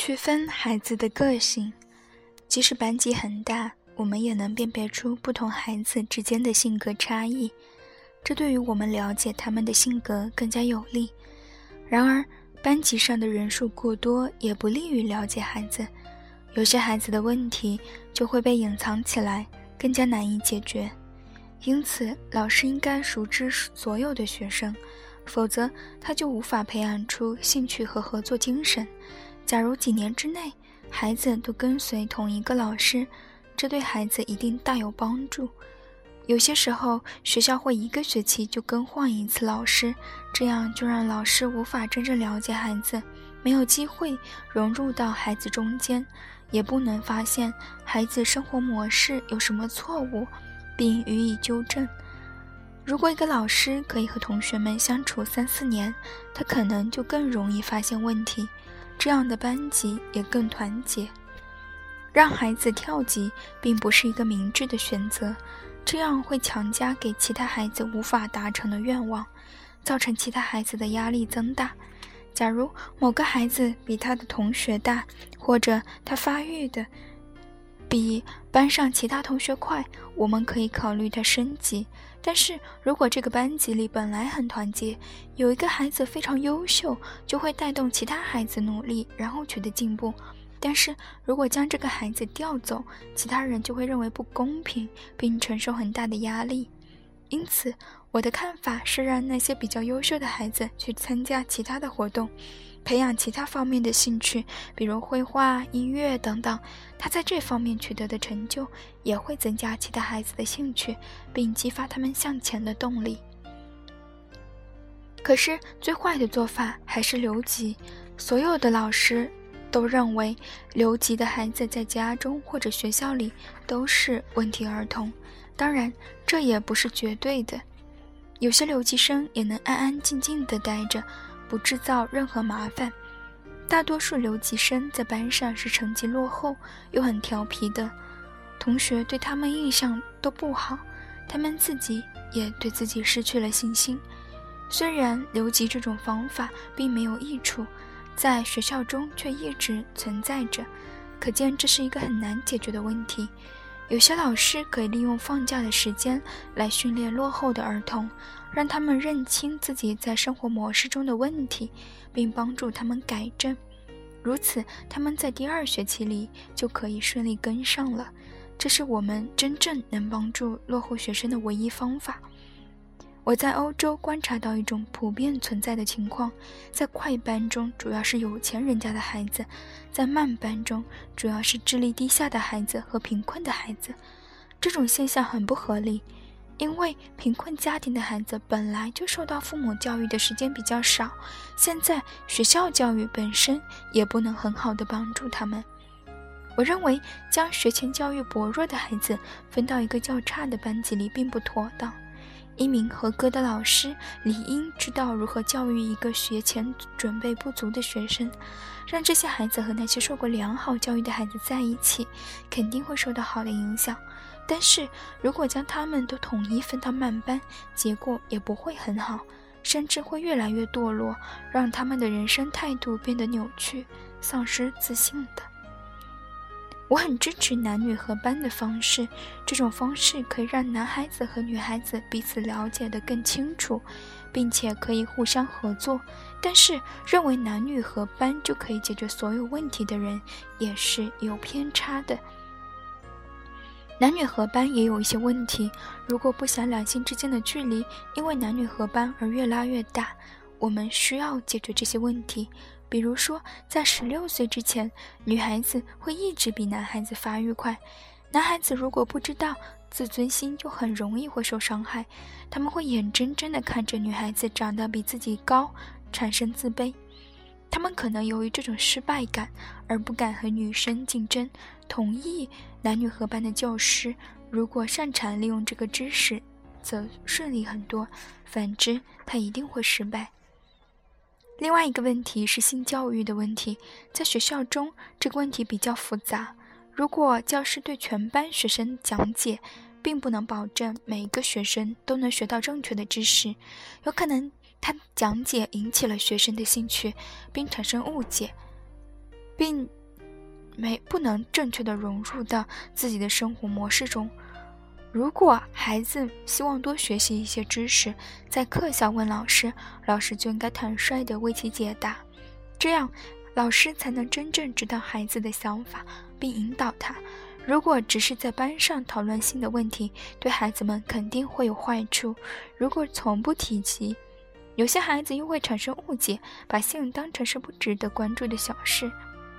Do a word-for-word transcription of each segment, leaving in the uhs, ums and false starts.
区分孩子的个性。即使班级很大，我们也能辨别出不同孩子之间的性格差异，这对于我们了解他们的性格更加有利。然而，班级上的人数过多也不利于了解孩子，有些孩子的问题就会被隐藏起来，更加难以解决。因此，老师应该熟知所有的学生，否则他就无法培养出兴趣和合作精神。假如几年之内孩子都跟随同一个老师，这对孩子一定大有帮助。有些时候学校会一个学期就更换一次老师，这样就让老师无法真正了解孩子，没有机会融入到孩子中间，也不能发现孩子生活模式有什么错误并予以纠正。如果一个老师可以和同学们相处三四年，他可能就更容易发现问题，这样的班级也更团结。让孩子跳级并不是一个明智的选择，这样会强加给其他孩子无法达成的愿望，造成其他孩子的压力增大。假如某个孩子比他的同学大，或者他发育的比班上其他同学快，我们可以考虑他升级。但是如果这个班级里本来很团结，有一个孩子非常优秀，就会带动其他孩子努力，然后取得进步。但是如果将这个孩子调走，其他人就会认为不公平，并承受很大的压力。因此，我的看法是让那些比较优秀的孩子去参加其他的活动，培养其他方面的兴趣，比如绘画、音乐等等。他在这方面取得的成就，也会增加其他孩子的兴趣，并激发他们向前的动力。可是，最坏的做法还是留级。所有的老师都认为留级的孩子在家中或者学校里都是问题儿童，当然这也不是绝对的，有些留级生也能安安静静地待着，不制造任何麻烦。大多数留级生在班上是成绩落后又很调皮的，同学对他们印象都不好，他们自己也对自己失去了信心。虽然留级这种方法并没有益处，在学校中却一直存在着，可见这是一个很难解决的问题。有些老师可以利用放假的时间来训练落后的儿童，让他们认清自己在生活模式中的问题，并帮助他们改正。如此，他们在第二学期里就可以顺利跟上了。这是我们真正能帮助落后学生的唯一方法。我在欧洲观察到一种普遍存在的情况，在快班中主要是有钱人家的孩子，在慢班中主要是智力低下的孩子和贫困的孩子。这种现象很不合理，因为贫困家庭的孩子本来就受到父母教育的时间比较少，现在学校教育本身也不能很好的帮助他们。我认为将学前教育薄弱的孩子分到一个较差的班级里并不妥当。一名合格的老师理应知道如何教育一个学前准备不足的学生，让这些孩子和那些受过良好教育的孩子在一起，肯定会受到好的影响。但是如果将他们都统一分到慢班，结果也不会很好，甚至会越来越堕落，让他们的人生态度变得扭曲，丧失自信的。我很支持男女合班的方式，这种方式可以让男孩子和女孩子彼此了解得更清楚，并且可以互相合作。但是认为男女合班就可以解决所有问题的人也是有偏差的。男女合班也有一些问题，如果不想两性之间的距离因为男女合班而越拉越大，我们需要解决这些问题。比如说，在十六岁之前，女孩子会一直比男孩子发育快。男孩子如果不知道，自尊心就很容易会受伤害，他们会眼睁睁地看着女孩子长得比自己高，产生自卑。他们可能由于这种失败感而不敢和女生竞争。同意男女合班的教师，如果擅长利用这个知识，则顺利很多，反之，他一定会失败。另外一个问题是性教育的问题，在学校中这个问题比较复杂。如果教师对全班学生讲解，并不能保证每个学生都能学到正确的知识，有可能他讲解引起了学生的兴趣，并产生误解， 并没不能正确的融入到自己的生活模式中。如果孩子希望多学习一些知识，在课下问老师，老师就应该坦率地为其解答，这样老师才能真正知道孩子的想法，并引导他。如果只是在班上讨论新的问题，对孩子们肯定会有坏处。如果从不提及，有些孩子又会产生误解，把性当成是不值得关注的小事。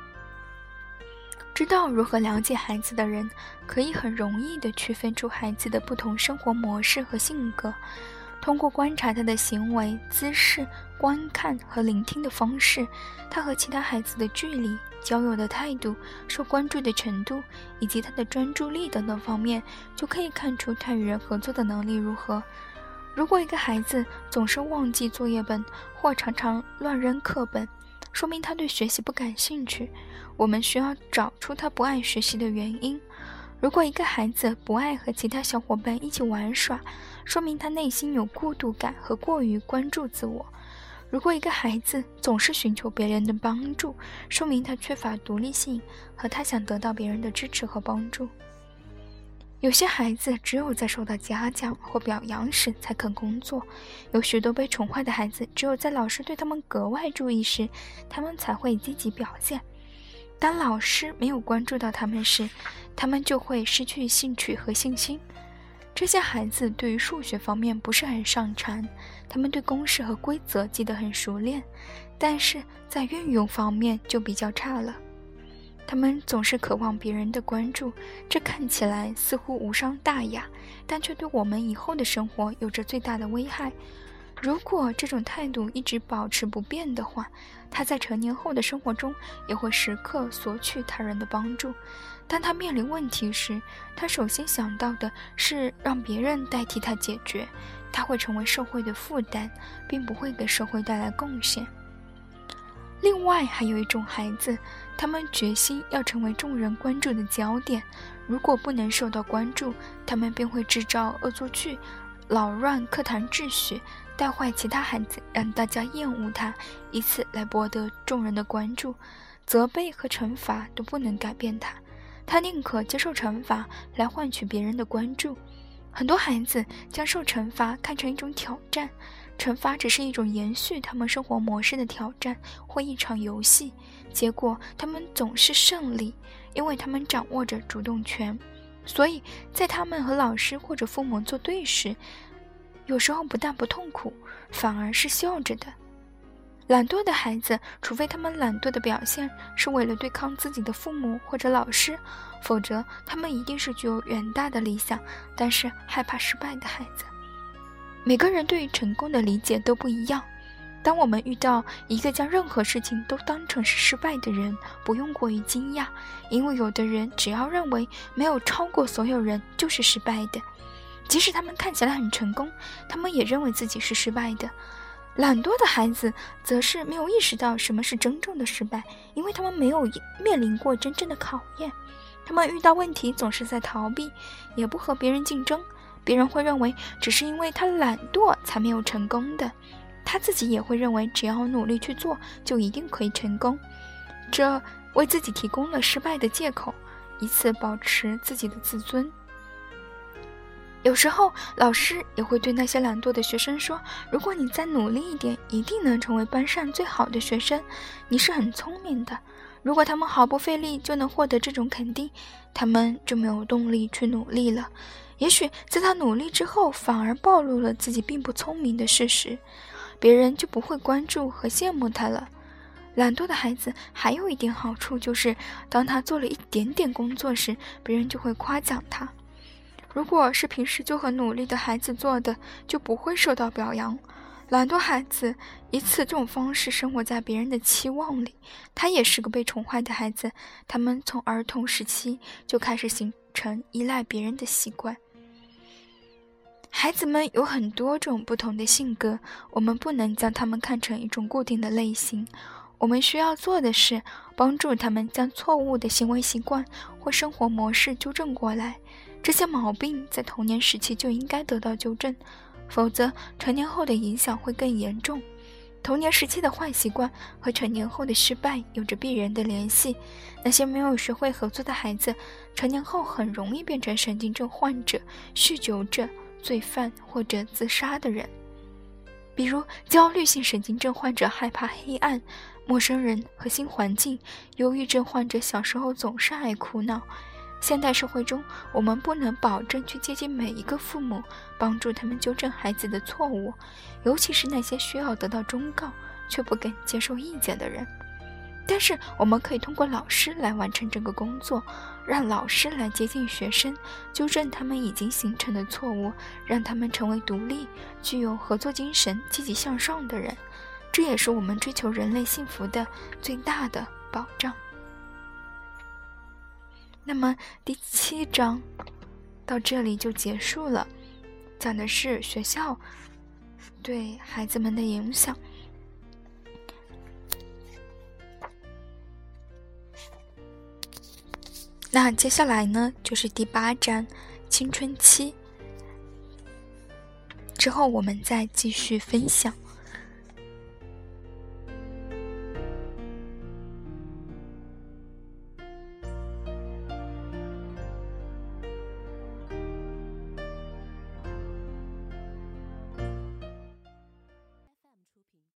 知道如何了解孩子的人，可以很容易地区分出孩子的不同生活模式和性格。通过观察他的行为、姿势、观看和聆听的方式，他和其他孩子的距离、交友的态度、受关注的程度，以及他的专注力等等方面，就可以看出他与人合作的能力如何。如果一个孩子总是忘记作业本，或常常乱扔课本，说明他对学习不感兴趣，我们需要找出他不爱学习的原因。如果一个孩子不爱和其他小伙伴一起玩耍，说明他内心有孤独感和过于关注自我。如果一个孩子总是寻求别人的帮助，说明他缺乏独立性和他想得到别人的支持和帮助。有些孩子只有在受到嘉奖或表扬时才肯工作，有许多被宠坏的孩子只有在老师对他们格外注意时，他们才会积极表现。当老师没有关注到他们时，他们就会失去兴趣和信心。这些孩子对于数学方面不是很擅长，他们对公式和规则记得很熟练，但是在运用方面就比较差了。他们总是渴望别人的关注，这看起来似乎无伤大雅，但却对我们以后的生活有着最大的危害。如果这种态度一直保持不变的话，他在成年后的生活中也会时刻索取他人的帮助。当他面临问题时，他首先想到的是让别人代替他解决，他会成为社会的负担，并不会给社会带来贡献。另外还有一种孩子，他们决心要成为众人关注的焦点，如果不能受到关注，他们便会制造恶作剧，扰乱课堂秩序，带坏其他孩子，让大家厌恶他，以此来博得众人的关注。责备和惩罚都不能改变他，他宁可接受惩罚来换取别人的关注。很多孩子将受惩罚看成一种挑战，惩罚只是一种延续他们生活模式的挑战或一场游戏，结果他们总是胜利，因为他们掌握着主动权。所以在他们和老师或者父母作对时，有时候不但不痛苦，反而是笑着的。懒惰的孩子，除非他们懒惰的表现是为了对抗自己的父母或者老师，否则他们一定是具有远大的理想，但是害怕失败的孩子。每个人对于成功的理解都不一样，当我们遇到一个将任何事情都当成是失败的人，不用过于惊讶，因为有的人只要认为没有超过所有人就是失败的，即使他们看起来很成功，他们也认为自己是失败的。懒惰的孩子则是没有意识到什么是真正的失败，因为他们没有面临过真正的考验。他们遇到问题总是在逃避，也不和别人竞争，别人会认为只是因为他懒惰才没有成功的，他自己也会认为只要努力去做就一定可以成功，这为自己提供了失败的借口，以此保持自己的自尊。有时候老师也会对那些懒惰的学生说，如果你再努力一点，一定能成为班上最好的学生，你是很聪明的。如果他们毫不费力就能获得这种肯定，他们就没有动力去努力了。也许在他努力之后，反而暴露了自己并不聪明的事实，别人就不会关注和羡慕他了。懒惰的孩子还有一点好处，就是当他做了一点点工作时，别人就会夸奖他。如果是平时就很努力的孩子做的，就不会受到表扬。懒惰孩子以此这种方式生活在别人的期望里，他也是个被宠坏的孩子。他们从儿童时期就开始形成依赖别人的习惯。孩子们有很多种不同的性格，我们不能将他们看成一种固定的类型。我们需要做的是帮助他们将错误的行为习惯或生活模式纠正过来。这些毛病在童年时期就应该得到纠正，否则成年后的影响会更严重。 童年时期的坏习惯和成年后的失败有着必然的联系。那些没有学会合作的孩子，成年后很容易变成神经症患者、酗酒者、罪犯或者自杀的人。比如焦虑性神经症患者害怕黑暗、陌生人和新环境，忧郁症患者小时候总是爱哭闹。现代社会中，我们不能保证去接近每一个父母，帮助他们纠正孩子的错误，尤其是那些需要得到忠告却不肯接受意见的人。但是我们可以通过老师来完成这个工作，让老师来接近学生，纠正他们已经形成的错误，让他们成为独立、具有合作精神、积极向上的人。这也是我们追求人类幸福的最大的保障。那么第七章到这里就结束了，讲的是学校对孩子们的影响。那接下来呢，就是第八章青春期，之后我们再继续分享。